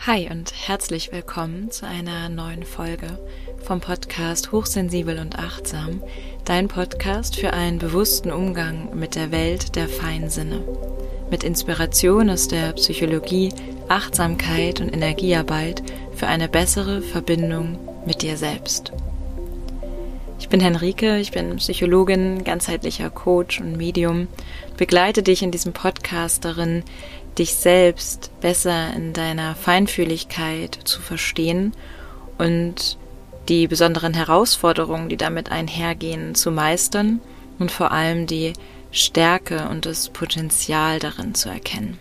Hi und herzlich willkommen zu einer neuen Folge vom Podcast Hochsensibel und Achtsam, dein Podcast für einen bewussten Umgang mit der Welt der feinen Sinne. Mit Inspiration aus der Psychologie, Achtsamkeit und Energiearbeit für eine bessere Verbindung mit dir selbst. Ich bin Henrike, ich bin Psychologin, ganzheitlicher Coach und Medium, begleite dich in diesem Podcast darin, dich selbst besser in deiner Feinfühligkeit zu verstehen und die besonderen Herausforderungen, die damit einhergehen, zu meistern und vor allem die Stärke und das Potenzial darin zu erkennen.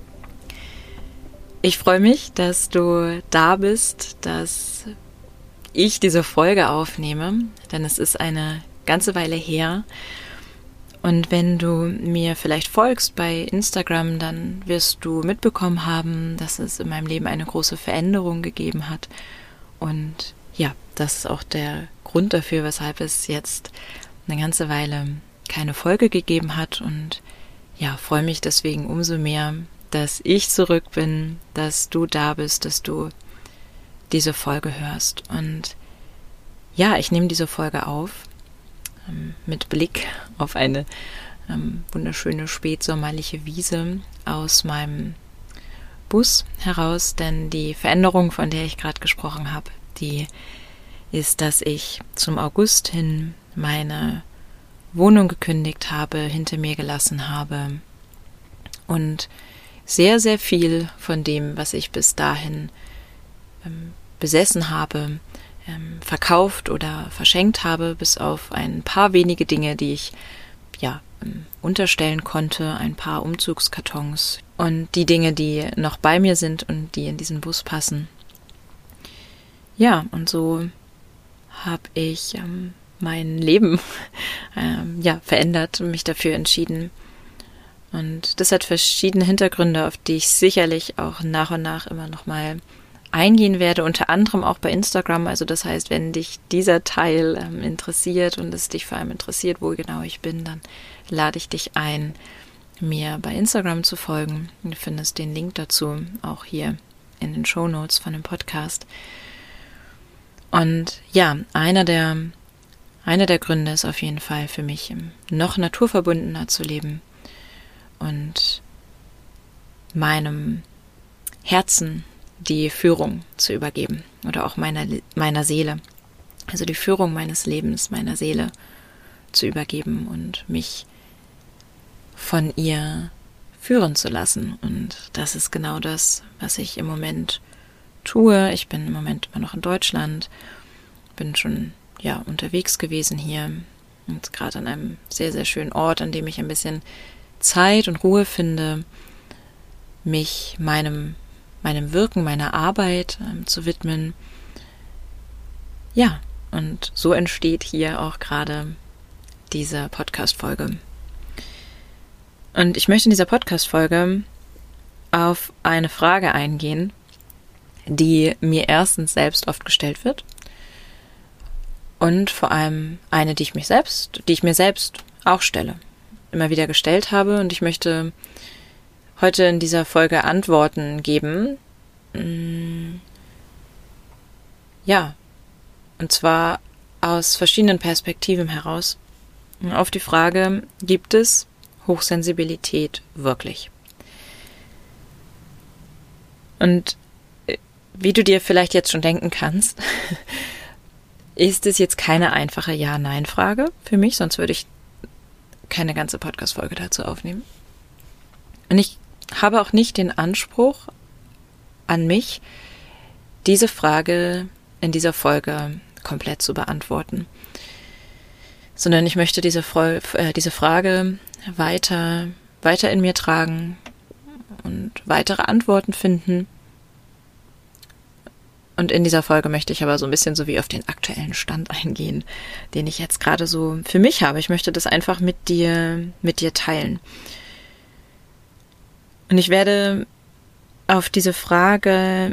Ich freue mich, dass du da bist, dass ich diese Folge aufnehme, denn es ist eine ganze Weile her. Und wenn du mir vielleicht folgst bei Instagram, dann wirst du mitbekommen haben, dass es in meinem Leben eine große Veränderung gegeben hat. Und ja, das ist auch der Grund dafür, weshalb es jetzt eine ganze Weile keine Folge gegeben hat. Und ja, freue mich deswegen umso mehr, dass ich zurück bin, dass du da bist, dass du diese Folge hörst. Und ja, ich nehme diese Folge auf mit Blick auf eine wunderschöne spätsommerliche Wiese aus meinem Bus heraus, denn die Veränderung, von der ich gerade gesprochen habe, die ist, dass ich zum August hin meine Wohnung gekündigt habe, hinter mir gelassen habe und sehr, sehr viel von dem, was ich bis dahin besessen habe, verkauft oder verschenkt habe, bis auf ein paar wenige Dinge, die ich unterstellen konnte, ein paar Umzugskartons und die Dinge, die noch bei mir sind und die in diesen Bus passen. Ja, und so habe ich mein Leben verändert und mich dafür entschieden. Und das hat verschiedene Hintergründe, auf die ich sicherlich auch nach und nach immer noch mal eingehen werde, unter anderem auch bei Instagram. Also das heißt, wenn dich dieser Teil interessiert und es dich vor allem interessiert, wo genau ich bin, dann lade ich dich ein, mir bei Instagram zu folgen. Du findest den Link dazu auch hier in den Shownotes von dem Podcast. Und ja, einer der Gründe ist auf jeden Fall für mich, noch naturverbundener zu leben und meinem Herzen die Führung zu übergeben oder auch meiner Seele, also die Führung meines Lebens, meiner Seele zu übergeben und mich von ihr führen zu lassen. Und das ist genau das, was ich im Moment tue. Ich bin im Moment immer noch in Deutschland, bin schon unterwegs gewesen hier und gerade an einem sehr, sehr schönen Ort, an dem ich ein bisschen Zeit und Ruhe finde, mich meinem Wirken, meiner Arbeit zu widmen. Ja, und so entsteht hier auch gerade diese Podcast-Folge. Und ich möchte in dieser Podcast-Folge auf eine Frage eingehen, die mir erstens selbst oft gestellt wird und vor allem eine, die ich mir selbst auch stelle, immer wieder gestellt habe, und ich möchte heute in dieser Folge Antworten geben. Ja, und zwar aus verschiedenen Perspektiven heraus. Auf die Frage, gibt es Hochsensibilität wirklich? Und wie du dir vielleicht jetzt schon denken kannst, ist es jetzt keine einfache Ja-Nein-Frage für mich, sonst würde ich keine ganze Podcast-Folge dazu aufnehmen. Und ich habe auch nicht den Anspruch an mich, diese Frage in dieser Folge komplett zu beantworten, sondern ich möchte diese Frage weiter in mir tragen und weitere Antworten finden. Und in dieser Folge möchte ich aber so ein bisschen so wie auf den aktuellen Stand eingehen, den ich jetzt gerade so für mich habe. Ich möchte das einfach mit dir teilen. Und ich werde auf diese Frage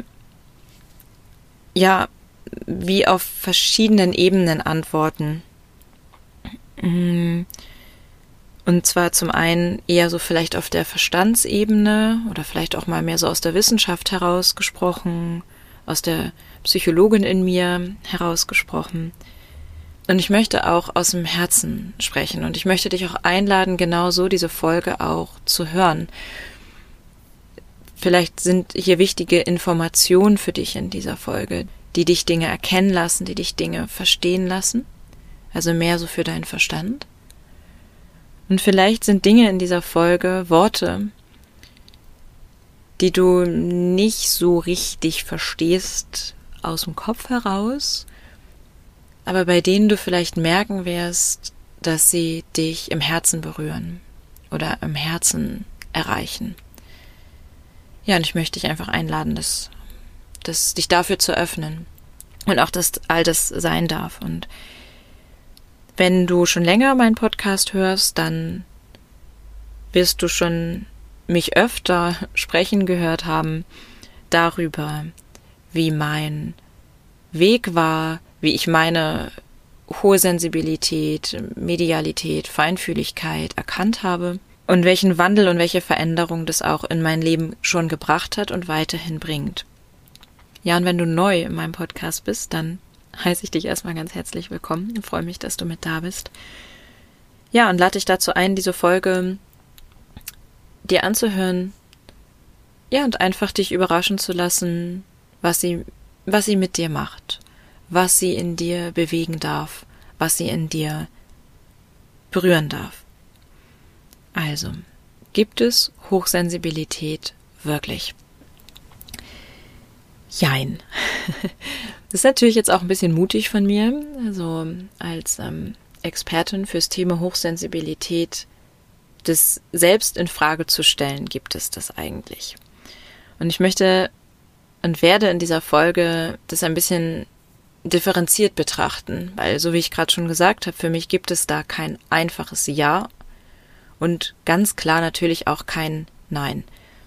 wie auf verschiedenen Ebenen antworten. Und zwar zum einen eher so vielleicht auf der Verstandsebene oder vielleicht auch mal mehr so aus der Wissenschaft herausgesprochen, aus der Psychologin in mir herausgesprochen. Und ich möchte auch aus dem Herzen sprechen und ich möchte dich auch einladen, genau so diese Folge auch zu hören. Vielleicht sind hier wichtige Informationen für dich in dieser Folge, die dich Dinge erkennen lassen, die dich Dinge verstehen lassen, also mehr so für deinen Verstand. Und vielleicht sind Dinge in dieser Folge, Worte, die du nicht so richtig verstehst aus dem Kopf heraus, aber bei denen du vielleicht merken wirst, dass sie dich im Herzen berühren oder im Herzen erreichen. Ja, und ich möchte dich einfach einladen, dich dafür zu öffnen und auch, dass all das sein darf. Und wenn du schon länger meinen Podcast hörst, dann wirst du schon mich öfter sprechen gehört haben darüber, wie mein Weg war, wie ich meine hohe Sensibilität, Medialität, Feinfühligkeit erkannt habe und welchen Wandel und welche Veränderung das auch in mein Leben schon gebracht hat und weiterhin bringt. Ja, und wenn du neu in meinem Podcast bist, dann heiße ich dich erstmal ganz herzlich willkommen und freue mich, dass du mit da bist. Ja, und lade dich dazu ein, diese Folge dir anzuhören, ja, und einfach dich überraschen zu lassen, was sie mit dir macht, was sie in dir bewegen darf, was sie in dir berühren darf. Also, gibt es Hochsensibilität wirklich? Jein. Das ist natürlich jetzt auch ein bisschen mutig von mir, also als Expertin fürs Thema Hochsensibilität das selbst in Frage zu stellen, gibt es das eigentlich? Und ich möchte und werde in dieser Folge das ein bisschen differenziert betrachten, weil, so wie ich gerade schon gesagt habe, für mich gibt es da kein einfaches Ja und ganz klar natürlich auch kein Nein.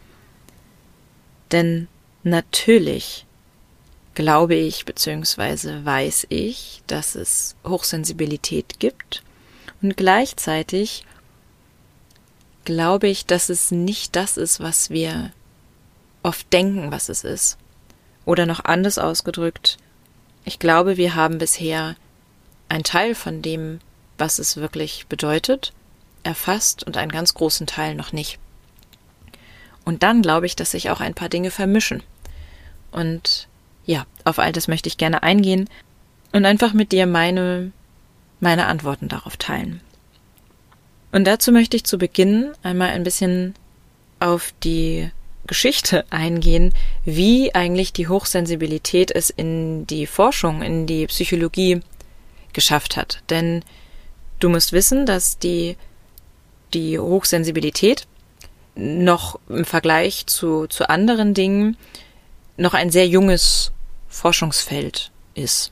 Denn natürlich glaube ich bzw. weiß ich, dass es Hochsensibilität gibt und gleichzeitig glaube ich, dass es nicht das ist, was wir oft denken, was es ist. Oder noch anders ausgedrückt, ich glaube, wir haben bisher einen Teil von dem, was es wirklich bedeutet, erfasst und einen ganz großen Teil noch nicht. Und dann glaube ich, dass sich auch ein paar Dinge vermischen. Und ja, auf all das möchte ich gerne eingehen und einfach mit dir meine Antworten darauf teilen. Und dazu möchte ich zu Beginn einmal ein bisschen auf die Geschichte eingehen, wie eigentlich die Hochsensibilität es in die Forschung, in die Psychologie geschafft hat. Denn du musst wissen, dass die Hochsensibilität noch im Vergleich zu anderen Dingen noch ein sehr junges Forschungsfeld ist.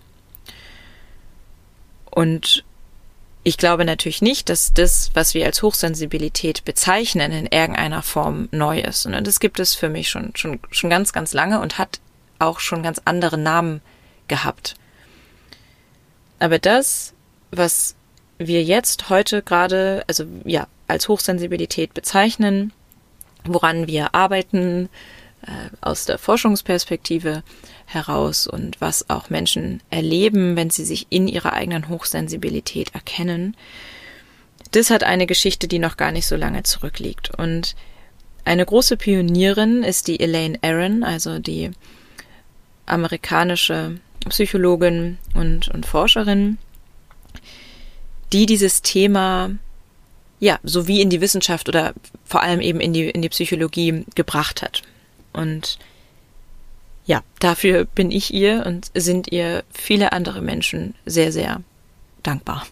Und ich glaube natürlich nicht, dass das, was wir als Hochsensibilität bezeichnen, in irgendeiner Form neu ist. Und das gibt es für mich schon ganz, ganz lange und hat auch schon ganz andere Namen gehabt. Aber das, was wir jetzt heute gerade, also ja, als Hochsensibilität bezeichnen, woran wir arbeiten, aus der Forschungsperspektive heraus und was auch Menschen erleben, wenn sie sich in ihrer eigenen Hochsensibilität erkennen, das hat eine Geschichte, die noch gar nicht so lange zurückliegt. Und eine große Pionierin ist die Elaine Aron, also die amerikanische Psychologin und Forscherin, die dieses Thema ja sowie in die Wissenschaft oder vor allem eben in die Psychologie gebracht hat. Und ja, dafür bin ich ihr und sind ihr viele andere Menschen sehr, sehr dankbar.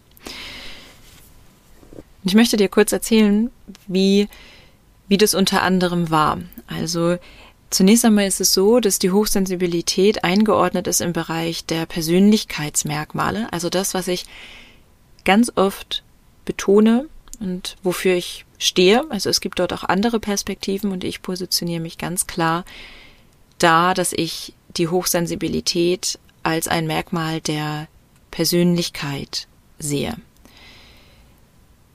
Und ich möchte dir kurz erzählen, wie das unter anderem war. Also zunächst einmal ist es so, dass die Hochsensibilität eingeordnet ist im Bereich der Persönlichkeitsmerkmale. Also das, was ich ganz oft betone und wofür ich stehe. Also es gibt dort auch andere Perspektiven und ich positioniere mich ganz klar da, dass ich die Hochsensibilität als ein Merkmal der Persönlichkeit sehe.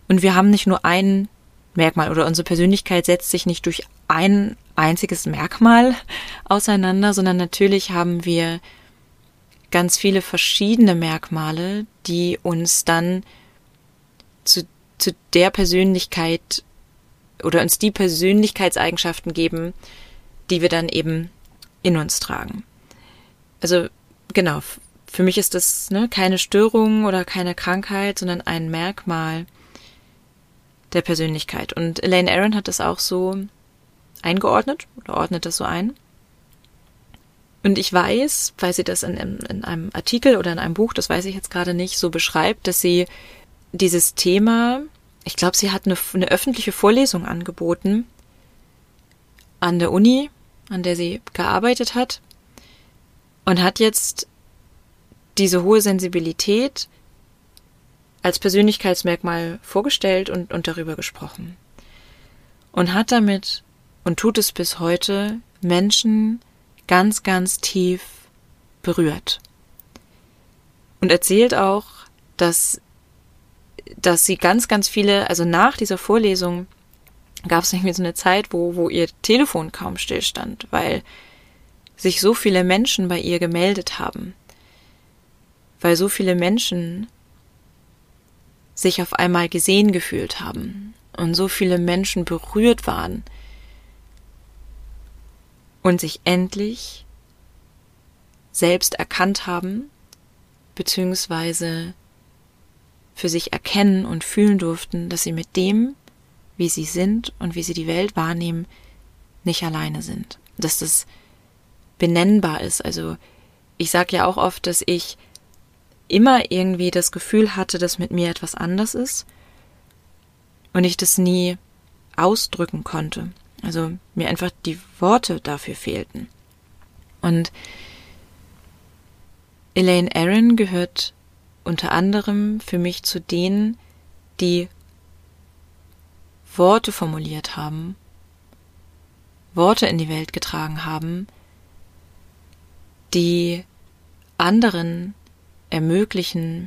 Und wir haben nicht nur ein Merkmal oder unsere Persönlichkeit setzt sich nicht durch ein einziges Merkmal auseinander, sondern natürlich haben wir ganz viele verschiedene Merkmale, die uns dann zu der Persönlichkeit oder uns die Persönlichkeitseigenschaften geben, die wir dann eben in uns tragen. Also genau, für mich ist das keine Störung oder keine Krankheit, sondern ein Merkmal der Persönlichkeit. Und Elaine Aron hat das auch so eingeordnet oder ordnet das so ein. Und ich weiß, weil sie das in einem Artikel oder in einem Buch, das weiß ich jetzt gerade nicht, so beschreibt, dass sie dieses Thema, ich glaube, sie hat eine öffentliche Vorlesung angeboten an der Uni, an der sie gearbeitet hat und hat jetzt diese hohe Sensibilität als Persönlichkeitsmerkmal vorgestellt und darüber gesprochen. Und hat damit, und tut es bis heute, Menschen ganz, ganz tief berührt. Und erzählt auch, dass sie ganz, ganz viele, also nach dieser Vorlesung gab es irgendwie so eine Zeit, wo ihr Telefon kaum stillstand, weil sich so viele Menschen bei ihr gemeldet haben. Weil so viele Menschen sich auf einmal gesehen gefühlt haben und so viele Menschen berührt waren und sich endlich selbst erkannt haben, beziehungsweise für sich erkennen und fühlen durften, dass sie mit dem, wie sie sind und wie sie die Welt wahrnehmen, nicht alleine sind. Dass das benennbar ist. Also ich sage ja auch oft, dass ich immer irgendwie das Gefühl hatte, dass mit mir etwas anders ist und ich das nie ausdrücken konnte. Also mir einfach die Worte dafür fehlten. Und Elaine Aron gehört unter anderem für mich zu denen, die Worte formuliert haben, Worte in die Welt getragen haben, die anderen ermöglichen,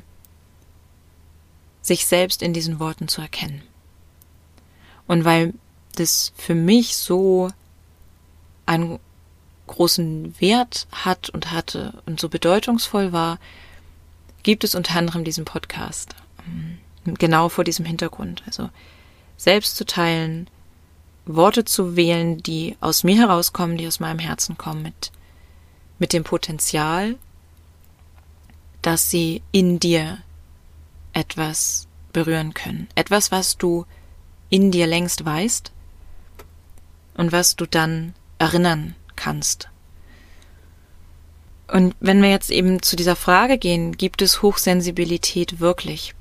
sich selbst in diesen Worten zu erkennen. Und weil das für mich so einen großen Wert hat und hatte und so bedeutungsvoll war, gibt es unter anderem diesen Podcast. Genau vor diesem Hintergrund. Also selbst zu teilen, Worte zu wählen, die aus mir herauskommen, die aus meinem Herzen kommen, mit dem Potenzial, dass sie in dir etwas berühren können. Etwas, was du in dir längst weißt und was du dann erinnern kannst. Und wenn wir jetzt eben zu dieser Frage gehen, gibt es Hochsensibilität wirklich?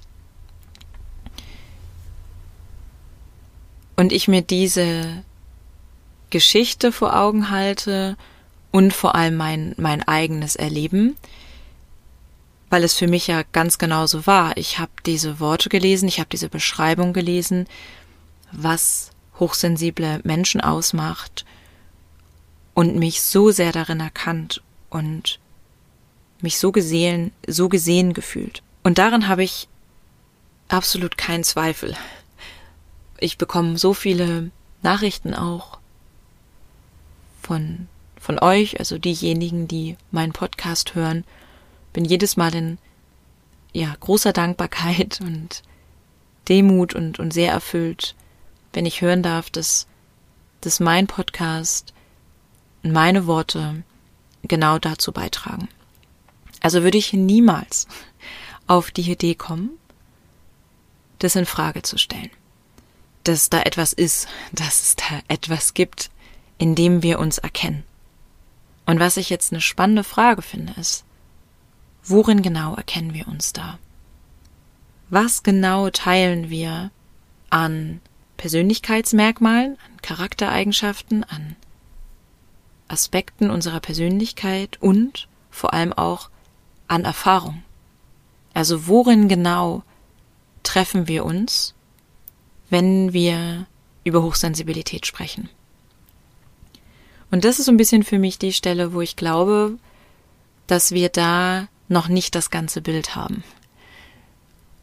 Und ich mir diese Geschichte vor Augen halte und vor allem mein eigenes Erleben, weil es für mich ja ganz genauso war. Ich habe diese Worte gelesen, ich habe diese Beschreibung gelesen, was hochsensible Menschen ausmacht und mich so sehr darin erkannt und mich so gesehen gefühlt. Und daran habe ich absolut keinen Zweifel. Ich bekomme so viele Nachrichten auch von euch, also diejenigen, die meinen Podcast hören, bin jedes Mal in großer Dankbarkeit und Demut und sehr erfüllt, wenn ich hören darf, dass mein Podcast und meine Worte genau dazu beitragen. Also würde ich niemals auf die Idee kommen, das in Frage zu stellen. Dass da etwas ist, dass es da etwas gibt, in dem wir uns erkennen. Und was ich jetzt eine spannende Frage finde, ist, worin genau erkennen wir uns da? Was genau teilen wir an Persönlichkeitsmerkmalen, an Charaktereigenschaften, an Aspekten unserer Persönlichkeit und vor allem auch an Erfahrung? Also worin genau treffen wir uns, wenn wir über Hochsensibilität sprechen? Und das ist so ein bisschen für mich die Stelle, wo ich glaube, dass wir da noch nicht das ganze Bild haben.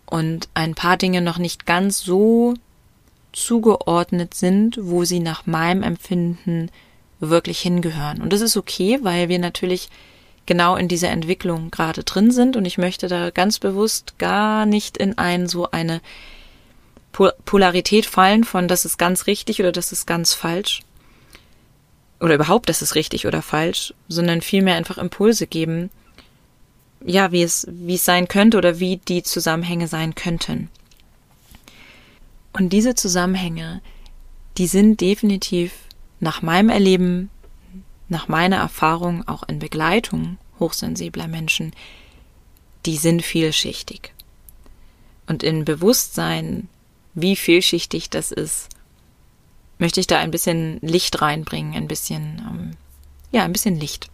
und ein paar Dinge noch nicht ganz so zugeordnet sind, wo sie nach meinem Empfinden wirklich hingehören. Und das ist okay, weil wir natürlich genau in dieser Entwicklung gerade drin sind und ich möchte da ganz bewusst gar nicht in so eine Polarität fallen von das ist ganz richtig oder das ist ganz falsch oder überhaupt das ist richtig oder falsch, sondern vielmehr einfach Impulse geben, ja, wie es sein könnte oder wie die Zusammenhänge sein könnten. Und diese Zusammenhänge, die sind definitiv nach meinem Erleben, nach meiner Erfahrung auch in Begleitung hochsensibler Menschen, die sind vielschichtig. Und in Bewusstsein, wie vielschichtig das ist, möchte ich da ein bisschen Licht reinbringen, ein bisschen Licht.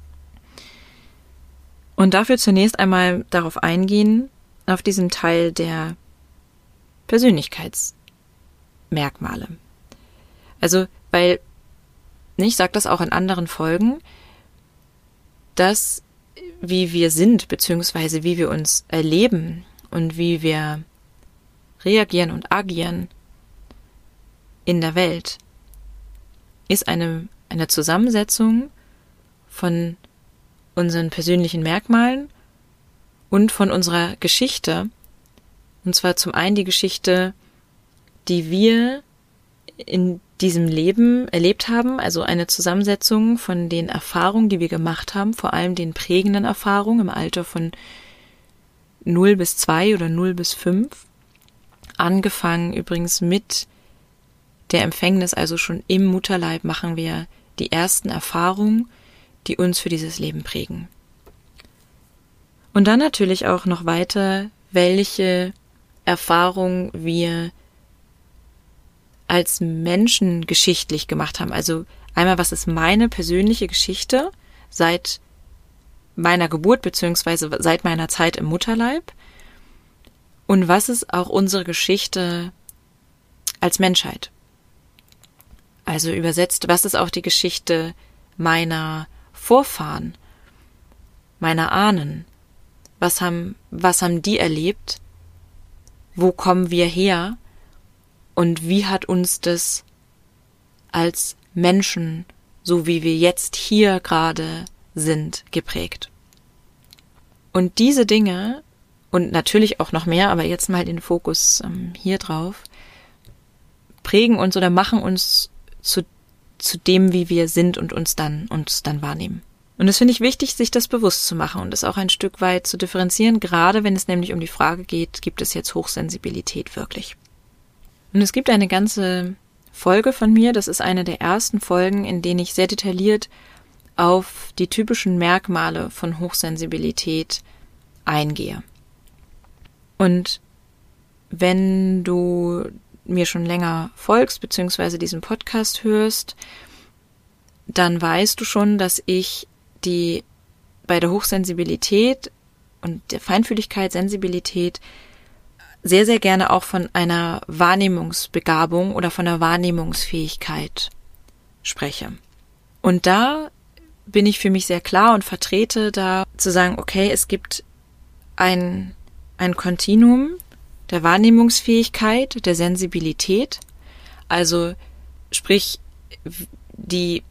Und dafür zunächst einmal darauf eingehen, auf diesen Teil der Persönlichkeitsmerkmale. Also, weil, ich sage das auch in anderen Folgen, dass wie wir sind, beziehungsweise wie wir uns erleben und wie wir reagieren und agieren in der Welt, ist eine Zusammensetzung von unseren persönlichen Merkmalen und von unserer Geschichte. Und zwar zum einen die Geschichte, die wir in diesem Leben erlebt haben, also eine Zusammensetzung von den Erfahrungen, die wir gemacht haben, vor allem den prägenden Erfahrungen im Alter von 0 bis 2 oder 0 bis 5. Angefangen übrigens mit der Empfängnis, also schon im Mutterleib machen wir die ersten Erfahrungen, die uns für dieses Leben prägen. Und dann natürlich auch noch weiter, welche Erfahrungen wir als Menschen geschichtlich gemacht haben. Also einmal, was ist meine persönliche Geschichte seit meiner Geburt beziehungsweise seit meiner Zeit im Mutterleib und was ist auch unsere Geschichte als Menschheit. Also übersetzt, was ist auch die Geschichte meiner Vorfahren, meiner Ahnen? Was haben die erlebt? Wo kommen wir her? Und wie hat uns das als Menschen, so wie wir jetzt hier gerade sind, geprägt? Und diese Dinge, und natürlich auch noch mehr, aber jetzt mal den Fokus hier drauf, prägen uns oder machen uns zu dem, wie wir sind und uns dann wahrnehmen. Und das finde ich wichtig, sich das bewusst zu machen und es auch ein Stück weit zu differenzieren, gerade wenn es nämlich um die Frage geht, gibt es jetzt Hochsensibilität wirklich? Und es gibt eine ganze Folge von mir, das ist eine der ersten Folgen, in denen ich sehr detailliert auf die typischen Merkmale von Hochsensibilität eingehe. Und wenn du mir schon länger folgst, beziehungsweise diesen Podcast hörst, dann weißt du schon, dass ich bei der Hochsensibilität und der Feinfühligkeit, Sensibilität sehr, sehr gerne auch von einer Wahrnehmungsbegabung oder von einer Wahrnehmungsfähigkeit spreche. Und da bin ich für mich sehr klar und vertrete da zu sagen, okay, es gibt ein Kontinuum der Wahrnehmungsfähigkeit, der Sensibilität, also sprich, wie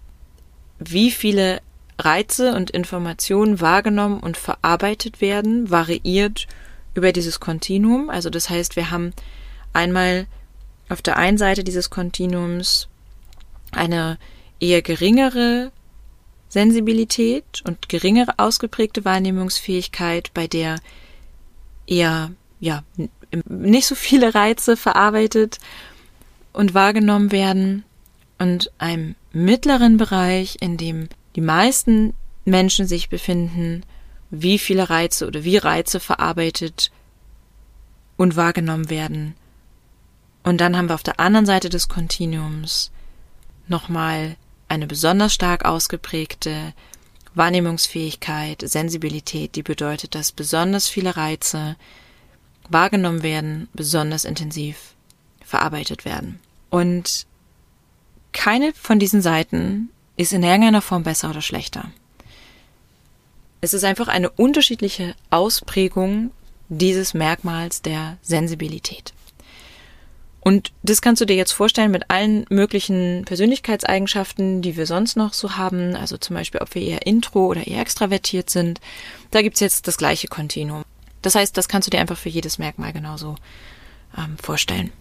viele Reize und Informationen wahrgenommen und verarbeitet werden, variiert über dieses Kontinuum. Also das heißt, wir haben einmal auf der einen Seite dieses Kontinuums eine eher geringere Sensibilität und geringere ausgeprägte Wahrnehmungsfähigkeit, bei der eher nicht so viele Reize verarbeitet und wahrgenommen werden, und einem mittleren Bereich, in dem die meisten Menschen sich befinden, wie viele Reize oder wie Reize verarbeitet und wahrgenommen werden. Und dann haben wir auf der anderen Seite des Kontinuums nochmal eine besonders stark ausgeprägte Wahrnehmungsfähigkeit, Sensibilität, die bedeutet, dass besonders viele Reize wahrgenommen werden, besonders intensiv verarbeitet werden. Und keine von diesen Seiten ist in irgendeiner Form besser oder schlechter. Es ist einfach eine unterschiedliche Ausprägung dieses Merkmals der Sensibilität. Und das kannst du dir jetzt vorstellen mit allen möglichen Persönlichkeitseigenschaften, die wir sonst noch so haben, also zum Beispiel, ob wir eher intro oder eher extravertiert sind. Da gibt's jetzt das gleiche Kontinuum. Das heißt, das kannst du dir einfach für jedes Merkmal genauso vorstellen.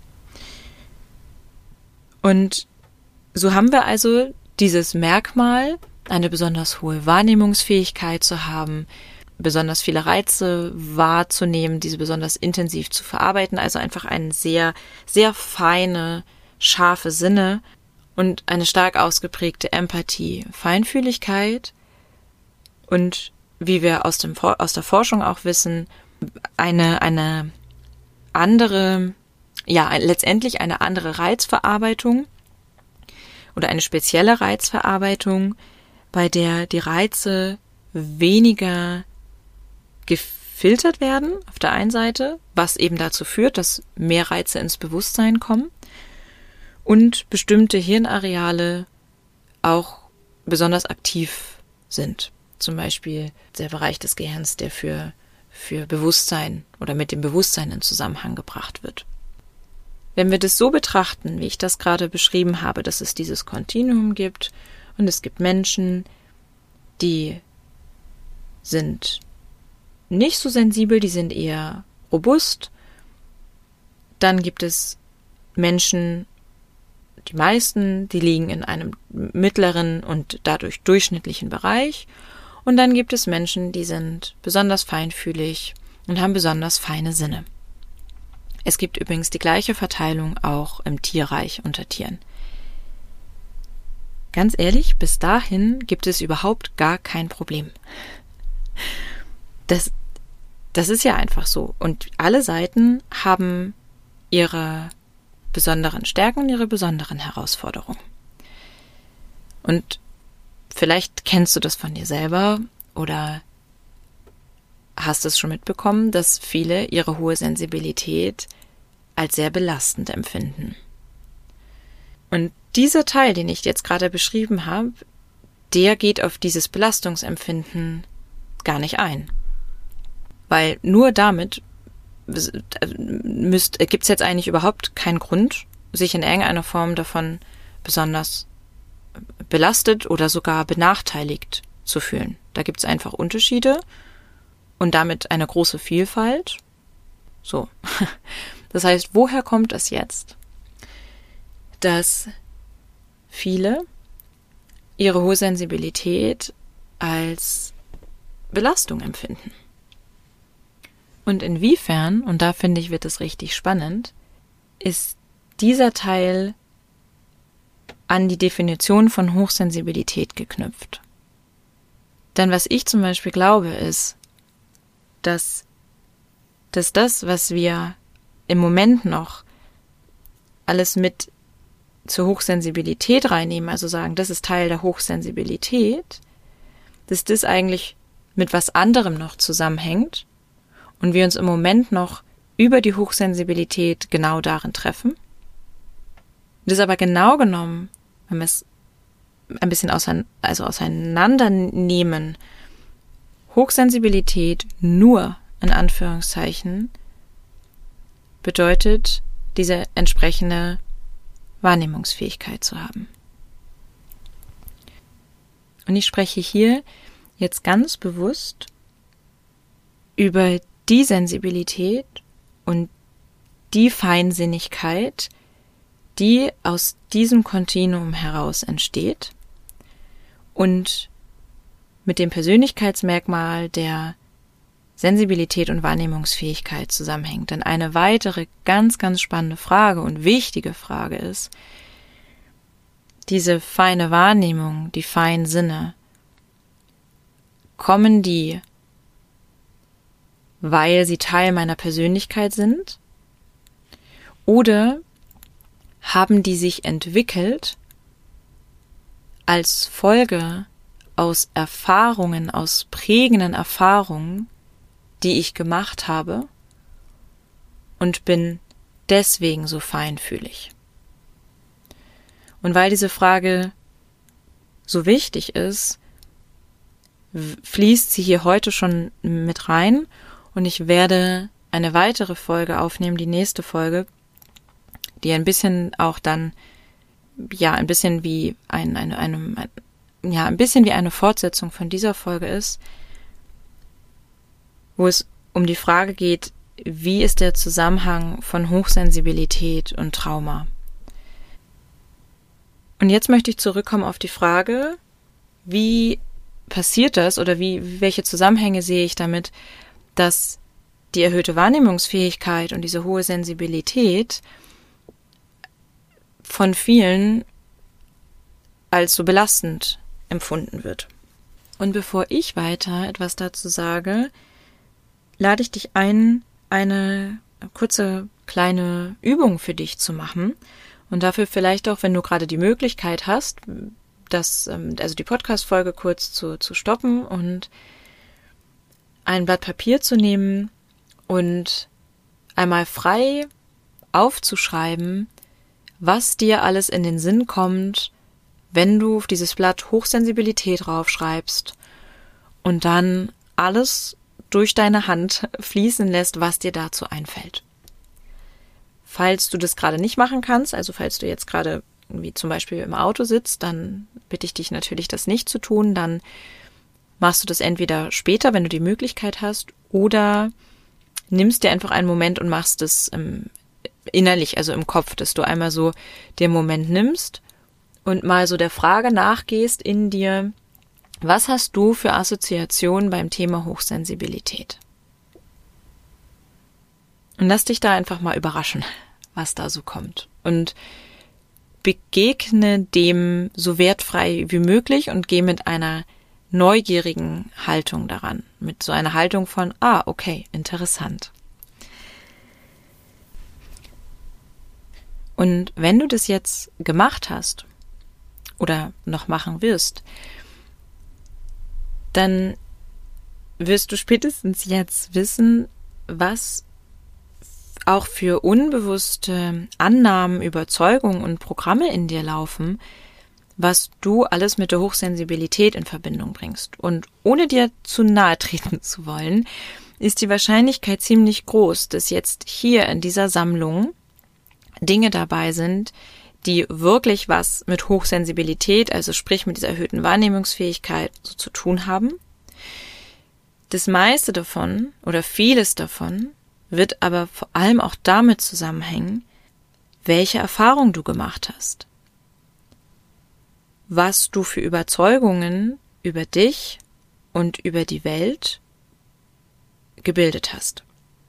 Und so haben wir also dieses Merkmal, eine besonders hohe Wahrnehmungsfähigkeit zu haben, besonders viele Reize wahrzunehmen, diese besonders intensiv zu verarbeiten, also einfach eine sehr, sehr feine, scharfe Sinne und eine stark ausgeprägte Empathie, Feinfühligkeit und, wie wir aus der Forschung auch wissen, eine andere, letztendlich eine andere Reizverarbeitung oder eine spezielle Reizverarbeitung, bei der die Reize weniger gefiltert werden auf der einen Seite, was eben dazu führt, dass mehr Reize ins Bewusstsein kommen und bestimmte Hirnareale auch besonders aktiv sind. Zum Beispiel der Bereich des Gehirns, der für Bewusstsein oder mit dem Bewusstsein in Zusammenhang gebracht wird. Wenn wir das so betrachten, wie ich das gerade beschrieben habe, dass es dieses Kontinuum gibt und es gibt Menschen, die sind nicht so sensibel, die sind eher robust. Dann gibt es Menschen, die meisten, die liegen in einem mittleren und dadurch durchschnittlichen Bereich. Und dann gibt es Menschen, die sind besonders feinfühlig und haben besonders feine Sinne. Es gibt übrigens die gleiche Verteilung auch im Tierreich unter Tieren. Ganz ehrlich, bis dahin gibt es überhaupt gar kein Problem. Das ist ja einfach so. Und alle Seiten haben ihre besonderen Stärken und ihre besonderen Herausforderungen. Und vielleicht kennst du das von dir selber oder hast es schon mitbekommen, dass viele ihre hohe Sensibilität als sehr belastend empfinden. Und dieser Teil, den ich jetzt gerade beschrieben habe, der geht auf dieses Belastungsempfinden gar nicht ein. Weil nur damit gibt es jetzt eigentlich überhaupt keinen Grund, sich in irgendeiner Form davon besonders belastet oder sogar benachteiligt zu fühlen. Da gibt es einfach Unterschiede und damit eine große Vielfalt. So. Das heißt, woher kommt es jetzt, dass viele ihre hohe Sensibilität als Belastung empfinden? Und inwiefern, und da finde ich, wird es richtig spannend, ist dieser Teil an die Definition von Hochsensibilität geknüpft. Denn was ich zum Beispiel glaube, ist, dass das, was wir im Moment noch alles mit zur Hochsensibilität reinnehmen, also sagen, das ist Teil der Hochsensibilität, dass das eigentlich mit was anderem noch zusammenhängt und wir uns im Moment noch über die Hochsensibilität genau darin treffen. Das aber genau genommen, wenn wir es ein bisschen auseinandernehmen, Hochsensibilität nur in Anführungszeichen bedeutet, diese entsprechende Wahrnehmungsfähigkeit zu haben. Und ich spreche hier jetzt ganz bewusst über die Sensibilität und die Feinsinnigkeit, die aus diesem Kontinuum heraus entsteht und mit dem Persönlichkeitsmerkmal der Sensibilität und Wahrnehmungsfähigkeit zusammenhängt. Denn eine weitere ganz, ganz spannende Frage und wichtige Frage ist, diese feine Wahrnehmung, die feinen Sinne, kommen die, weil sie Teil meiner Persönlichkeit sind? Oder haben die sich entwickelt als Folge aus Erfahrungen, aus prägenden Erfahrungen, die ich gemacht habe und bin deswegen so feinfühlig? Und weil diese Frage so wichtig ist, fließt sie hier heute schon mit rein und ich werde eine weitere Folge aufnehmen, die nächste Folge, die ein bisschen auch dann, ja, ein bisschen wie ein bisschen wie eine Fortsetzung von dieser Folge ist, wo es um die Frage geht, wie ist der Zusammenhang von Hochsensibilität und Trauma? Und jetzt möchte ich zurückkommen auf die Frage, wie passiert das oder welche Zusammenhänge sehe ich damit, dass die erhöhte Wahrnehmungsfähigkeit und diese hohe Sensibilität von vielen als so belastend empfunden wird. Und bevor ich weiter etwas dazu sage, lade ich dich ein, eine kurze kleine Übung für dich zu machen und dafür vielleicht auch, wenn du gerade die Möglichkeit hast, also die Podcast-Folge kurz zu stoppen und ein Blatt Papier zu nehmen und einmal frei aufzuschreiben, was dir alles in den Sinn kommt, wenn du auf dieses Blatt Hochsensibilität draufschreibst und dann alles durch deine Hand fließen lässt, was dir dazu einfällt. Falls du das gerade nicht machen kannst, also falls du jetzt gerade wie zum Beispiel im Auto sitzt, dann bitte ich dich natürlich, das nicht zu tun. Dann machst du das entweder später, wenn du die Möglichkeit hast, oder nimmst dir einfach einen Moment und machst es innerlich, also im Kopf, dass du einmal so den Moment nimmst und mal so der Frage nachgehst in dir, was hast du für Assoziationen beim Thema Hochsensibilität? Und lass dich da einfach mal überraschen, was da so kommt. Und begegne dem so wertfrei wie möglich und geh mit einer neugierigen Haltung daran. Mit so einer Haltung von, okay, interessant. Und wenn du das jetzt gemacht hast oder noch machen wirst, dann wirst du spätestens jetzt wissen, was auch für unbewusste Annahmen, Überzeugungen und Programme in dir laufen, was du alles mit der Hochsensibilität in Verbindung bringst. Und ohne dir zu nahe treten zu wollen, ist die Wahrscheinlichkeit ziemlich groß, dass jetzt hier in dieser Sammlung Dinge dabei sind, die wirklich was mit Hochsensibilität, also sprich mit dieser erhöhten Wahrnehmungsfähigkeit so zu tun haben. Das meiste davon oder vieles davon wird aber vor allem auch damit zusammenhängen, welche Erfahrung du gemacht hast, was du für Überzeugungen über dich und über die Welt gebildet hast.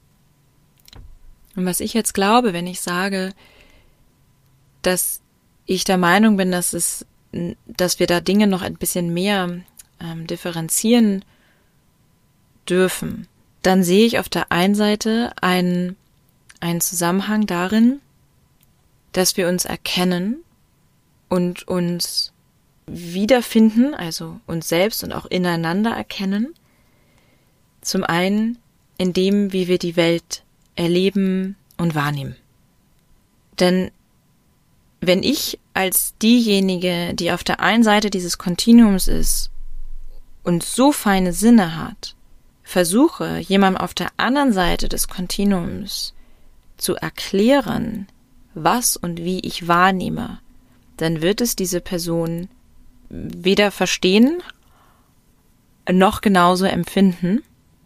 Und was ich jetzt glaube, wenn ich sage, dass ich der Meinung bin, dass wir da Dinge noch ein bisschen mehr differenzieren dürfen, dann sehe ich auf der einen Seite einen Zusammenhang darin, dass wir uns erkennen und uns wiederfinden, also uns selbst und auch ineinander erkennen. Zum einen in dem, wie wir die Welt erleben und wahrnehmen. Denn wenn ich als diejenige, die auf der einen Seite dieses Kontinuums ist und so feine Sinne hat, versuche, jemandem auf der anderen Seite des Kontinuums zu erklären, was und wie ich wahrnehme, dann wird es diese Person weder verstehen, noch genauso empfinden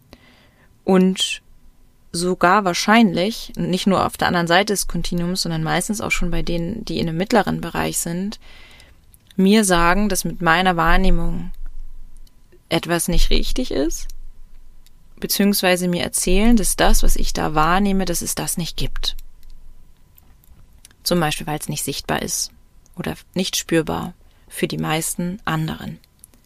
und sogar wahrscheinlich, nicht nur auf der anderen Seite des Kontinuums, sondern meistens auch schon bei denen, die in einem mittleren Bereich sind, mir sagen, dass mit meiner Wahrnehmung etwas nicht richtig ist, beziehungsweise mir erzählen, dass das, was ich da wahrnehme, dass es das nicht gibt. Zum Beispiel, weil es nicht sichtbar ist oder nicht spürbar für die meisten anderen.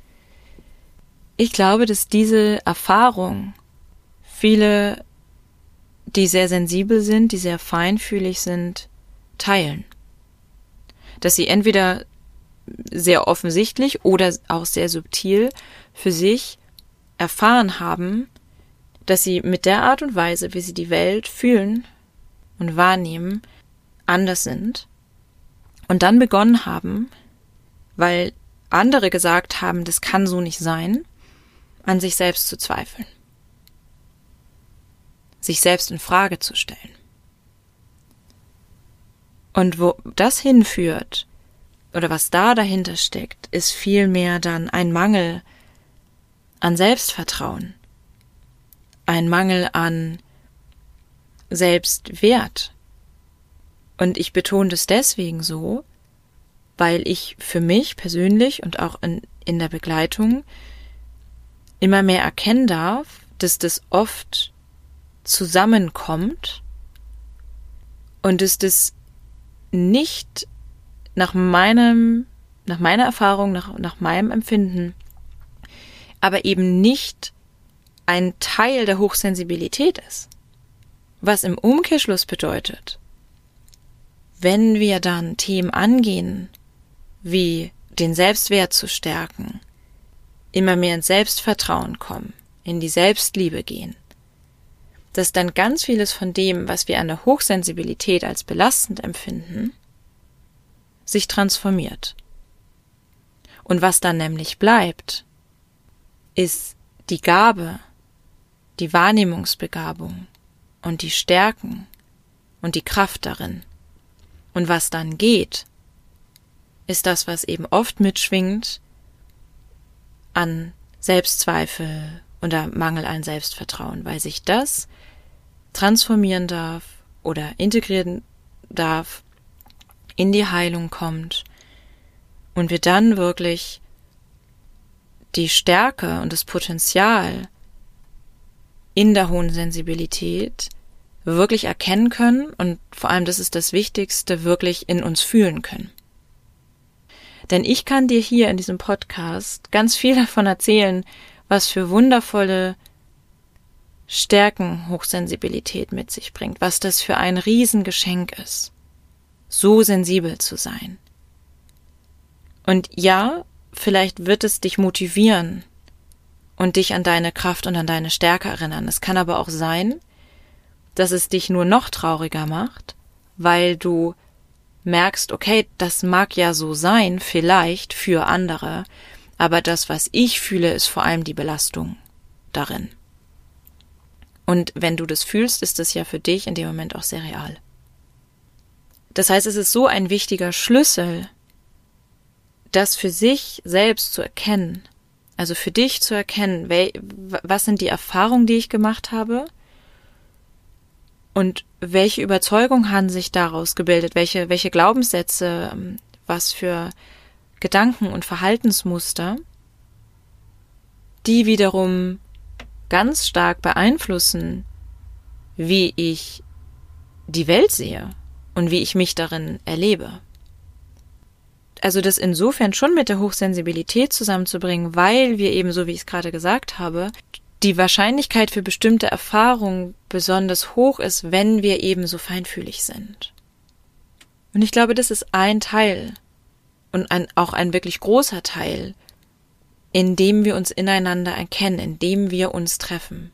Ich glaube, dass diese Erfahrung viele, die sehr sensibel sind, die sehr feinfühlig sind, teilen. Dass sie entweder sehr offensichtlich oder auch sehr subtil für sich erfahren haben, dass sie mit der Art und Weise, wie sie die Welt fühlen und wahrnehmen, anders sind und dann begonnen haben, weil andere gesagt haben, das kann so nicht sein, an sich selbst zu zweifeln. sich selbst in Frage zu stellen. Und wo das hinführt, oder was da dahinter steckt, ist vielmehr dann ein Mangel an Selbstvertrauen, ein Mangel an Selbstwert. Und ich betone das deswegen so, weil ich für mich persönlich und auch in der Begleitung immer mehr erkennen darf, dass das oft zusammenkommt und dass das nicht nach meiner Erfahrung, nach meinem Empfinden, aber eben nicht ein Teil der Hochsensibilität ist. Was im Umkehrschluss bedeutet, wenn wir dann Themen angehen, wie den Selbstwert zu stärken, immer mehr ins Selbstvertrauen kommen, in die Selbstliebe gehen, dass dann ganz vieles von dem, was wir an der Hochsensibilität als belastend empfinden, sich transformiert. Und was dann nämlich bleibt, ist die Gabe, die Wahrnehmungsbegabung und die Stärken und die Kraft darin. Und was dann geht, ist das, was eben oft mitschwingt an Selbstzweifel oder Mangel an Selbstvertrauen, weil sich das transformieren darf oder integrieren darf, in die Heilung kommt und wir dann wirklich die Stärke und das Potenzial in der hohen Sensibilität wirklich erkennen können und vor allem, das ist das Wichtigste, wirklich in uns fühlen können. Denn ich kann dir hier in diesem Podcast ganz viel davon erzählen, was für wundervolle Stärken Hochsensibilität mit sich bringt, was das für ein Riesengeschenk ist, so sensibel zu sein. Und ja, vielleicht wird es dich motivieren und dich an deine Kraft und an deine Stärke erinnern. Es kann aber auch sein, dass es dich nur noch trauriger macht, weil du merkst, okay, das mag ja so sein, vielleicht für andere, aber das, was ich fühle, ist vor allem die Belastung darin. Und wenn du das fühlst, ist das ja für dich in dem Moment auch sehr real. Das heißt, es ist so ein wichtiger Schlüssel, das für sich selbst zu erkennen, also für dich zu erkennen, was sind die Erfahrungen, die ich gemacht habe und welche Überzeugungen haben sich daraus gebildet, welche Glaubenssätze, was für Gedanken und Verhaltensmuster, die wiederum ganz stark beeinflussen, wie ich die Welt sehe und wie ich mich darin erlebe. Also das insofern schon mit der Hochsensibilität zusammenzubringen, weil wir eben, so wie ich es gerade gesagt habe, die Wahrscheinlichkeit für bestimmte Erfahrungen besonders hoch ist, wenn wir eben so feinfühlig sind. Und ich glaube, das ist ein Teil und auch ein wirklich großer Teil, in dem wir uns ineinander erkennen, in dem wir uns treffen.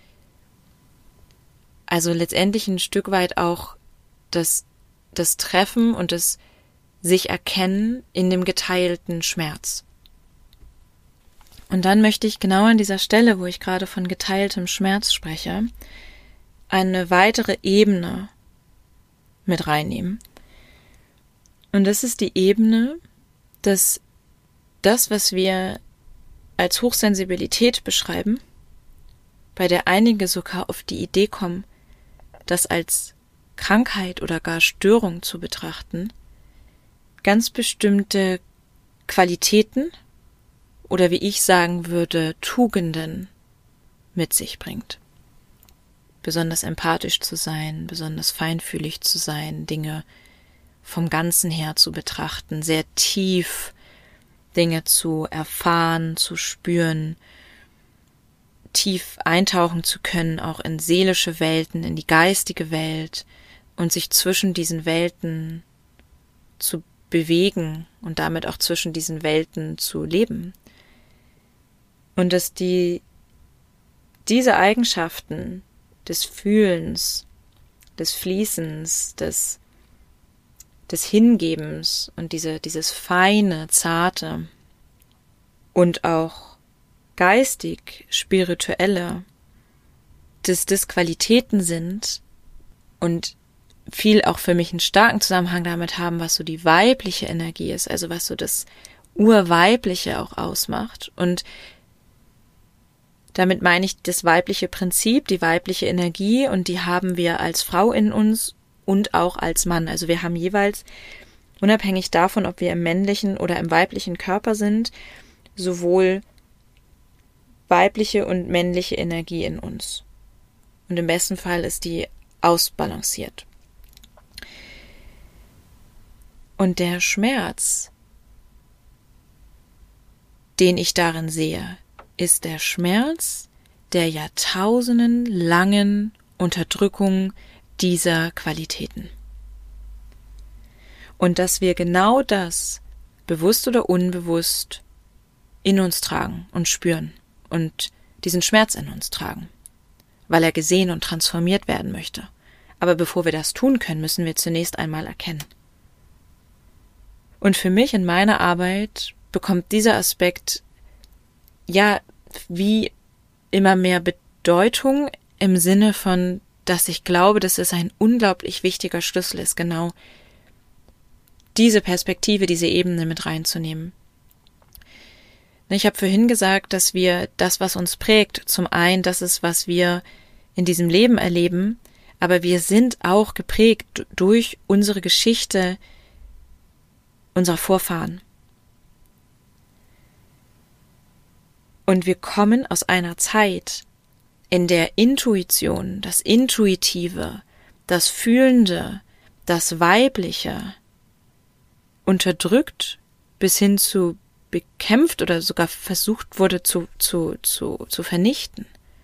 Also letztendlich ein Stück weit auch das Treffen und das sich erkennen in dem geteilten Schmerz. Und dann möchte ich genau an dieser Stelle, wo ich gerade von geteiltem Schmerz spreche, eine weitere Ebene mit reinnehmen. Und das ist die Ebene, dass das, was wir als Hochsensibilität beschreiben, bei der einige sogar auf die Idee kommen, das als Krankheit oder gar Störung zu betrachten, ganz bestimmte Qualitäten oder wie ich sagen würde, Tugenden mit sich bringt. Besonders empathisch zu sein, besonders feinfühlig zu sein, Dinge vom Ganzen her zu betrachten, sehr tief Dinge zu erfahren, zu spüren, tief eintauchen zu können, auch in seelische Welten, in die geistige Welt und sich zwischen diesen Welten zu bewegen und damit auch zwischen diesen Welten zu leben. Und dass diese Eigenschaften des Fühlens, des Fließens, des Hingebens und dieses feine, zarte und auch geistig spirituelle dass das Qualitäten sind und viel auch für mich einen starken Zusammenhang damit haben, was so die weibliche Energie ist, also was so das Urweibliche auch ausmacht. Und damit meine ich das weibliche Prinzip, die weibliche Energie, und die haben wir als Frau in uns und auch als Mann. Also wir haben jeweils, unabhängig davon, ob wir im männlichen oder im weiblichen Körper sind, sowohl weibliche und männliche Energie in uns. Und im besten Fall ist die ausbalanciert. Und der Schmerz, den ich darin sehe, ist der Schmerz der jahrtausendenlangen Unterdrückung dieser Qualitäten. Und dass wir genau das, bewusst oder unbewusst, in uns tragen und spüren und diesen Schmerz in uns tragen, weil er gesehen und transformiert werden möchte. Aber bevor wir das tun können, müssen wir zunächst einmal erkennen. Und für mich in meiner Arbeit bekommt dieser Aspekt ja wie immer mehr Bedeutung im Sinne von, dass ich glaube, dass es ein unglaublich wichtiger Schlüssel ist, genau diese Perspektive, diese Ebene mit reinzunehmen. Ich habe vorhin gesagt, dass wir das, was uns prägt, zum einen das ist, was wir in diesem Leben erleben, aber wir sind auch geprägt durch unsere Geschichte unserer Vorfahren. Und wir kommen aus einer Zeit, in der Intuition, das Intuitive, das Fühlende, das Weibliche unterdrückt bis hin zu bekämpft oder sogar versucht wurde zu vernichten.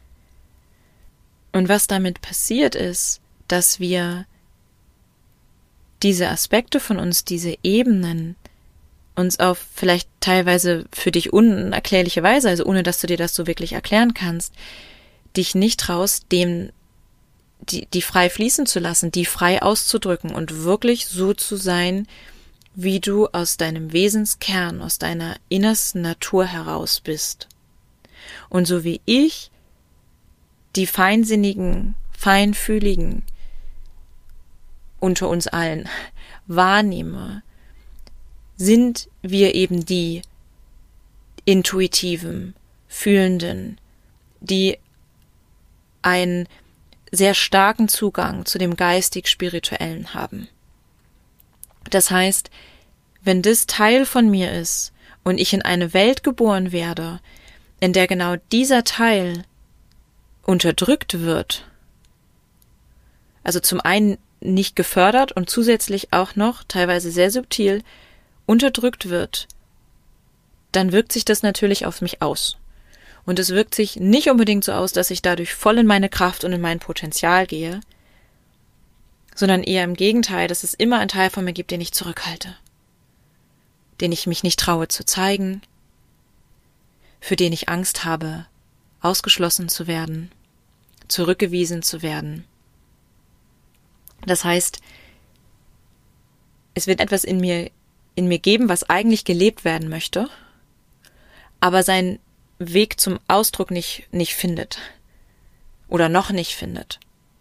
Und was damit passiert ist, dass wir diese Aspekte von uns, diese Ebenen, uns auf vielleicht teilweise für dich unerklärliche Weise, also ohne dass du dir das so wirklich erklären kannst, dich nicht traust, die frei fließen zu lassen, die frei auszudrücken und wirklich so zu sein, wie du aus deinem Wesenskern, aus deiner innersten Natur heraus bist. Und so wie ich die feinsinnigen, feinfühligen unter uns allen wahrnehme, sind wir eben die intuitiven, fühlenden, die einen sehr starken Zugang zu dem geistig-spirituellen haben. Das heißt, wenn das Teil von mir ist und ich in eine Welt geboren werde, in der genau dieser Teil unterdrückt wird, also zum einen nicht gefördert und zusätzlich auch noch teilweise sehr subtil unterdrückt wird, dann wirkt sich das natürlich auf mich aus. Und es wirkt sich nicht unbedingt so aus, dass ich dadurch voll in meine Kraft und in mein Potenzial gehe, sondern eher im Gegenteil, dass es immer einen Teil von mir gibt, den ich zurückhalte, den ich mich nicht traue zu zeigen, für den ich Angst habe, ausgeschlossen zu werden, zurückgewiesen zu werden. Das heißt, es wird etwas in mir geben, was eigentlich gelebt werden möchte, aber seinen Weg zum Ausdruck nicht findet oder noch nicht findet.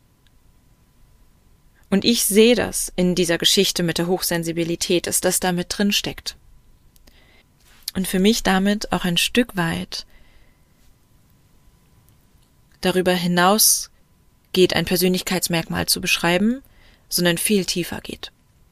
Und ich sehe das in dieser Geschichte mit der Hochsensibilität, dass das da mit drin steckt. Und für mich damit auch ein Stück weit darüber hinaus geht, ein Persönlichkeitsmerkmal zu beschreiben, sondern viel tiefer geht.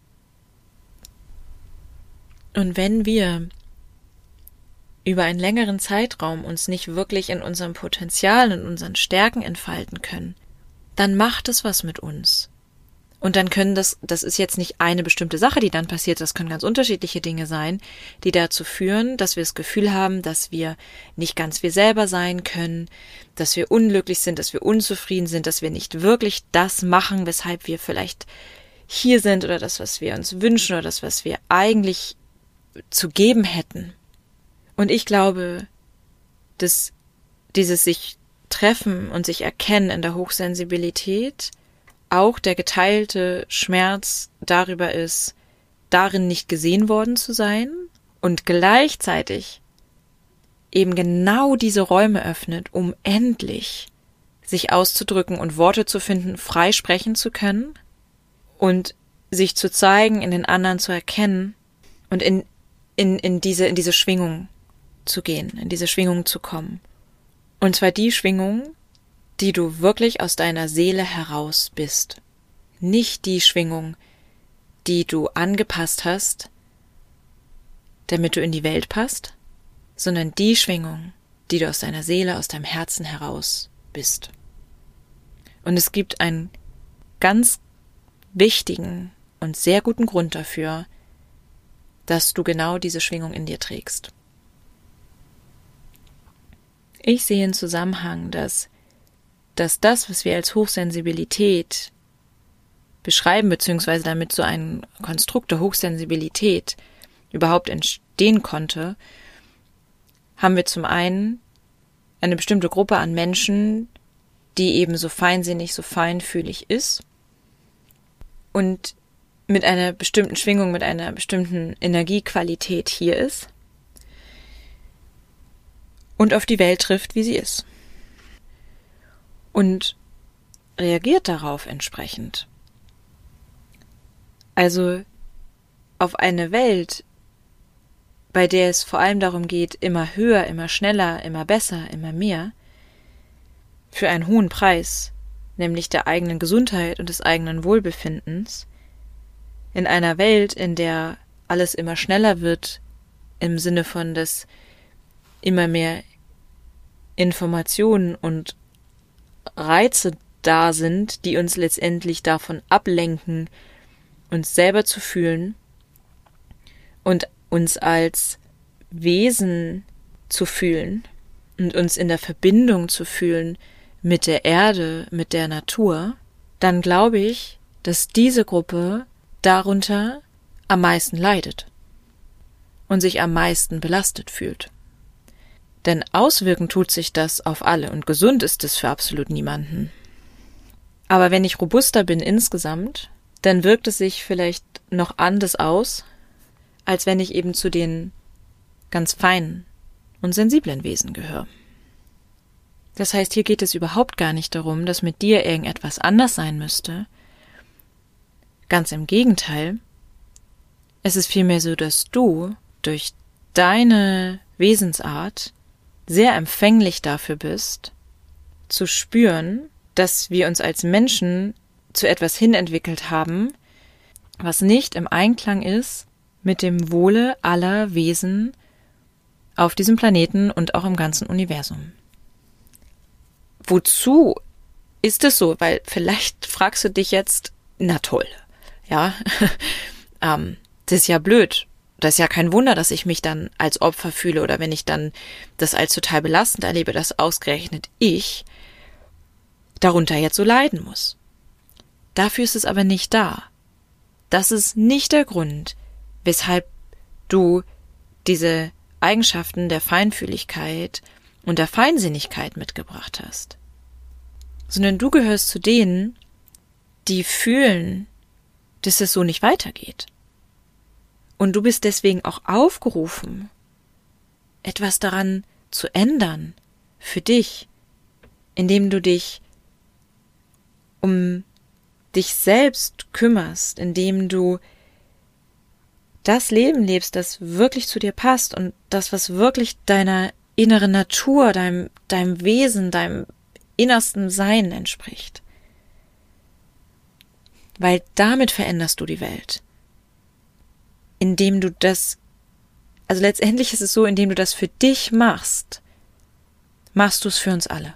Und wenn wir über einen längeren Zeitraum uns nicht wirklich in unserem Potenzial und unseren Stärken entfalten können, dann macht es was mit uns. Und dann können das ist jetzt nicht eine bestimmte Sache, die dann passiert, das können ganz unterschiedliche Dinge sein, die dazu führen, dass wir das Gefühl haben, dass wir nicht ganz wir selber sein können, dass wir unglücklich sind, dass wir unzufrieden sind, dass wir nicht wirklich das machen, weshalb wir vielleicht hier sind oder das, was wir uns wünschen oder das, was wir eigentlich zu geben hätten. Und ich glaube, dass dieses sich treffen und sich erkennen in der Hochsensibilität auch der geteilte Schmerz darüber ist, darin nicht gesehen worden zu sein und gleichzeitig eben genau diese Räume öffnet, um endlich sich auszudrücken und Worte zu finden, frei sprechen zu können und sich zu zeigen, in den anderen zu erkennen und in diese Schwingung zu gehen, in diese Schwingung zu kommen. Und zwar die Schwingung, die du wirklich aus deiner Seele heraus bist. Nicht die Schwingung, die du angepasst hast, damit du in die Welt passt, sondern die Schwingung, die du aus deiner Seele, aus deinem Herzen heraus bist. Und es gibt einen ganz wichtigen und sehr guten Grund dafür, dass du genau diese Schwingung in dir trägst. Ich sehe einen Zusammenhang, dass das, was wir als Hochsensibilität beschreiben, beziehungsweise damit so ein Konstrukt der Hochsensibilität überhaupt entstehen konnte, haben wir zum einen eine bestimmte Gruppe an Menschen, die eben so feinsinnig, so feinfühlig ist und mit einer bestimmten Schwingung, mit einer bestimmten Energiequalität hier ist und auf die Welt trifft, wie sie ist. Und reagiert darauf entsprechend. Also auf eine Welt, bei der es vor allem darum geht, immer höher, immer schneller, immer besser, immer mehr, für einen hohen Preis, nämlich der eigenen Gesundheit und des eigenen Wohlbefindens, in einer Welt, in der alles immer schneller wird, im Sinne von, dass immer mehr Informationen und Reize da sind, die uns letztendlich davon ablenken, uns selber zu fühlen und uns als Wesen zu fühlen und uns in der Verbindung zu fühlen mit der Erde, mit der Natur, dann glaube ich, dass diese Gruppe darunter am meisten leidet und sich am meisten belastet fühlt. Denn auswirken tut sich das auf alle und gesund ist es für absolut niemanden. Aber wenn ich robuster bin insgesamt, dann wirkt es sich vielleicht noch anders aus, als wenn ich eben zu den ganz feinen und sensiblen Wesen gehöre. Das heißt, hier geht es überhaupt gar nicht darum, dass mit dir irgendetwas anders sein müsste. Ganz im Gegenteil, es ist vielmehr so, dass du durch deine Wesensart sehr empfänglich dafür bist, zu spüren, dass wir uns als Menschen zu etwas hinentwickelt haben, was nicht im Einklang ist mit dem Wohle aller Wesen auf diesem Planeten und auch im ganzen Universum. Wozu ist es so? Weil vielleicht fragst du dich jetzt, na toll, ja, das ist ja blöd. Das ist ja kein Wunder, dass ich mich dann als Opfer fühle oder wenn ich dann das als total belastend erlebe, dass ausgerechnet ich darunter jetzt so leiden muss. Dafür ist es aber nicht da. Das ist nicht der Grund, weshalb du diese Eigenschaften der Feinfühligkeit und der Feinsinnigkeit mitgebracht hast. Sondern du gehörst zu denen, die fühlen, dass es so nicht weitergeht. Und du bist deswegen auch aufgerufen, etwas daran zu ändern, für dich, indem du dich um dich selbst kümmerst, indem du das Leben lebst, das wirklich zu dir passt und das, was wirklich deiner inneren Natur, deinem Wesen, deinem innersten Sein entspricht. Weil damit veränderst du die Welt. Indem du das, also letztendlich ist es so, indem du das für dich machst, machst du es für uns alle.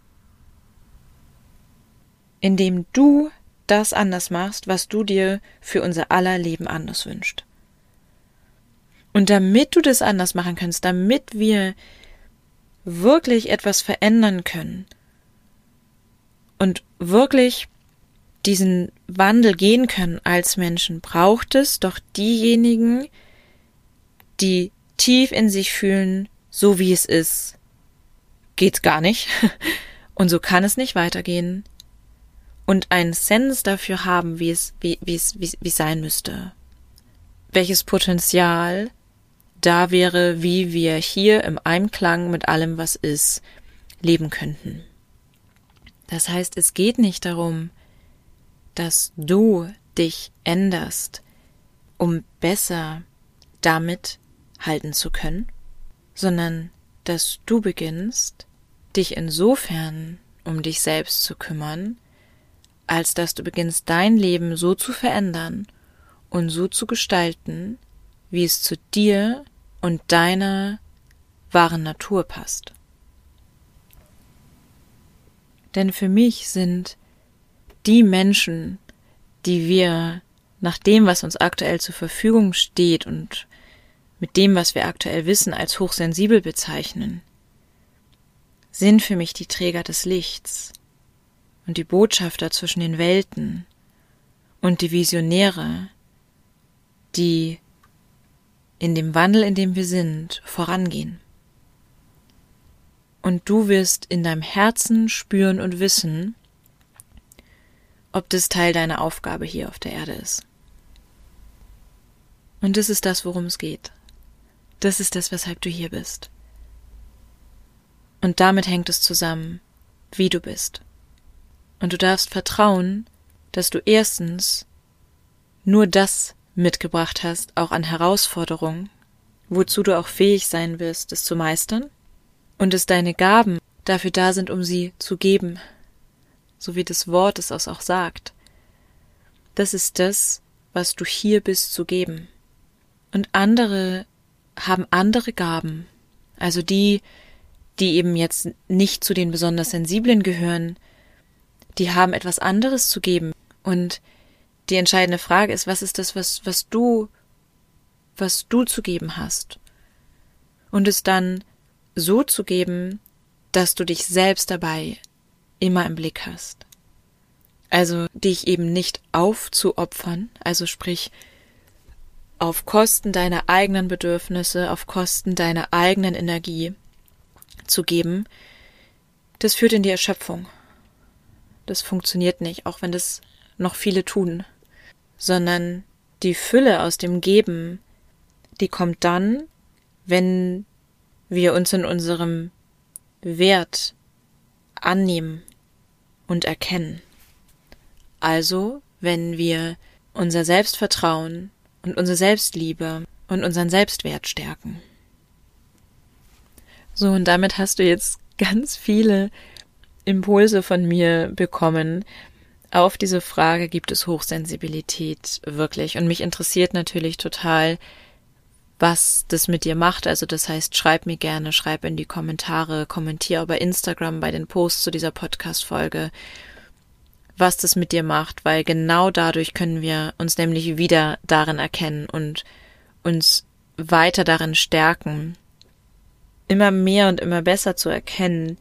Indem du das anders machst, was du dir für unser aller Leben anders wünschst. Und damit du das anders machen kannst, damit wir wirklich etwas verändern können und wirklich diesen Wandel gehen können als Menschen, braucht es doch diejenigen, die tief in sich fühlen, so wie es ist, geht's gar nicht und so kann es nicht weitergehen und einen Sens dafür haben, wie es sein müsste. Welches Potenzial da wäre, wie wir hier im Einklang mit allem, was ist, leben könnten. Das heißt, es geht nicht darum, dass du dich änderst, um besser damit halten zu können, sondern dass du beginnst, dich insofern um dich selbst zu kümmern, als dass du beginnst, dein Leben so zu verändern und so zu gestalten, wie es zu dir und deiner wahren Natur passt. Denn für mich sind die Menschen, die wir nach dem, was uns aktuell zur Verfügung steht und mit dem, was wir aktuell wissen, als hochsensibel bezeichnen, sind für mich die Träger des Lichts und die Botschafter zwischen den Welten und die Visionäre, die in dem Wandel, in dem wir sind, vorangehen. Und du wirst in deinem Herzen spüren und wissen, ob das Teil deiner Aufgabe hier auf der Erde ist. Und das ist das, worum es geht. Das ist das, weshalb du hier bist. Und damit hängt es zusammen, wie du bist. Und du darfst vertrauen, dass du erstens nur das mitgebracht hast, auch an Herausforderungen, wozu du auch fähig sein wirst, es zu meistern, und dass deine Gaben dafür da sind, um sie zu geben, so wie das Wort es auch sagt. Das ist das, was du hier bist zu geben. Und andere haben andere Gaben, also die eben jetzt nicht zu den besonders Sensiblen gehören, die haben etwas anderes zu geben. Und die entscheidende Frage ist, was ist das, was du zu geben hast? Und es dann so zu geben, dass du dich selbst dabei immer im Blick hast. Also dich eben nicht aufzuopfern, also sprich auf Kosten deiner eigenen Bedürfnisse, auf Kosten deiner eigenen Energie zu geben, das führt in die Erschöpfung. Das funktioniert nicht, auch wenn das noch viele tun, sondern die Fülle aus dem Geben, die kommt dann, wenn wir uns in unserem Wert annehmen und erkennen. Also, wenn wir unser Selbstvertrauen und unsere Selbstliebe und unseren Selbstwert stärken. So, und damit hast du jetzt ganz viele Impulse von mir bekommen auf diese Frage, gibt es Hochsensibilität wirklich? Und mich interessiert natürlich total, was das mit dir macht. Also das heißt, schreib mir gerne, schreib in die Kommentare, kommentiere bei Instagram bei den Posts zu dieser Podcast-Folge, was das mit dir macht, weil genau dadurch können wir uns nämlich wieder darin erkennen und uns weiter darin stärken, immer mehr und immer besser zu erkennen,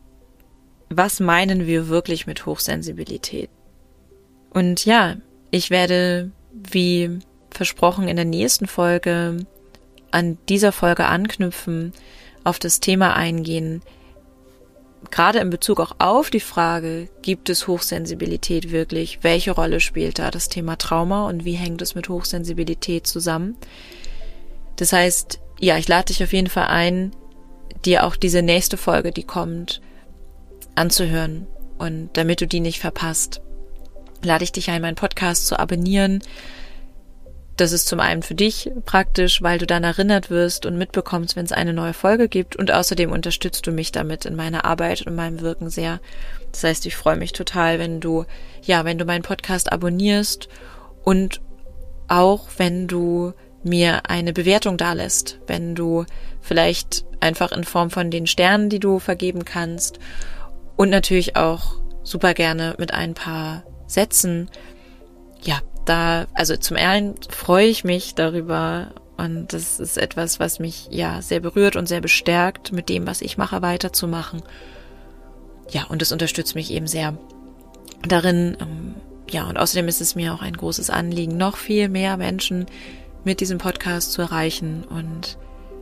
was meinen wir wirklich mit Hochsensibilität. Und ja, ich werde, wie versprochen, in der nächsten Folge an dieser Folge anknüpfen, auf das Thema eingehen, gerade in Bezug auch auf die Frage, gibt es Hochsensibilität wirklich? Welche Rolle spielt da das Thema Trauma und wie hängt es mit Hochsensibilität zusammen? Das heißt, ja, ich lade dich auf jeden Fall ein, dir auch diese nächste Folge, die kommt, anzuhören. Und damit du die nicht verpasst, lade ich dich ein, meinen Podcast zu abonnieren. Das ist zum einen für dich praktisch, weil du dann erinnert wirst und mitbekommst, wenn es eine neue Folge gibt. Und außerdem unterstützt du mich damit in meiner Arbeit und meinem Wirken sehr. Das heißt, ich freue mich total, wenn du meinen Podcast abonnierst und auch wenn du mir eine Bewertung dalässt, wenn du vielleicht einfach in Form von den Sternen, die du vergeben kannst und natürlich auch super gerne mit ein paar Sätzen. Ja, also zum einen freue ich mich darüber und das ist etwas, was mich sehr berührt und sehr bestärkt, mit dem, was ich mache, weiterzumachen. Ja, und es unterstützt mich eben sehr darin. Und außerdem ist es mir auch ein großes Anliegen, noch viel mehr Menschen mit diesem Podcast zu erreichen und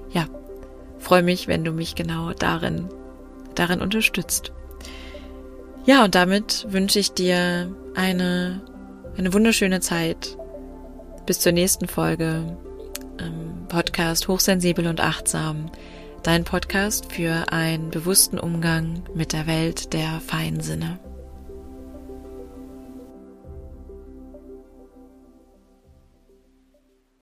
freue mich, wenn du mich genau darin unterstütst. Ja, und damit wünsche ich dir eine wunderschöne Zeit. Bis zur nächsten Folge. Podcast Hochsensibel und Achtsam. Dein Podcast für einen bewussten Umgang mit der Welt der feinen Sinne.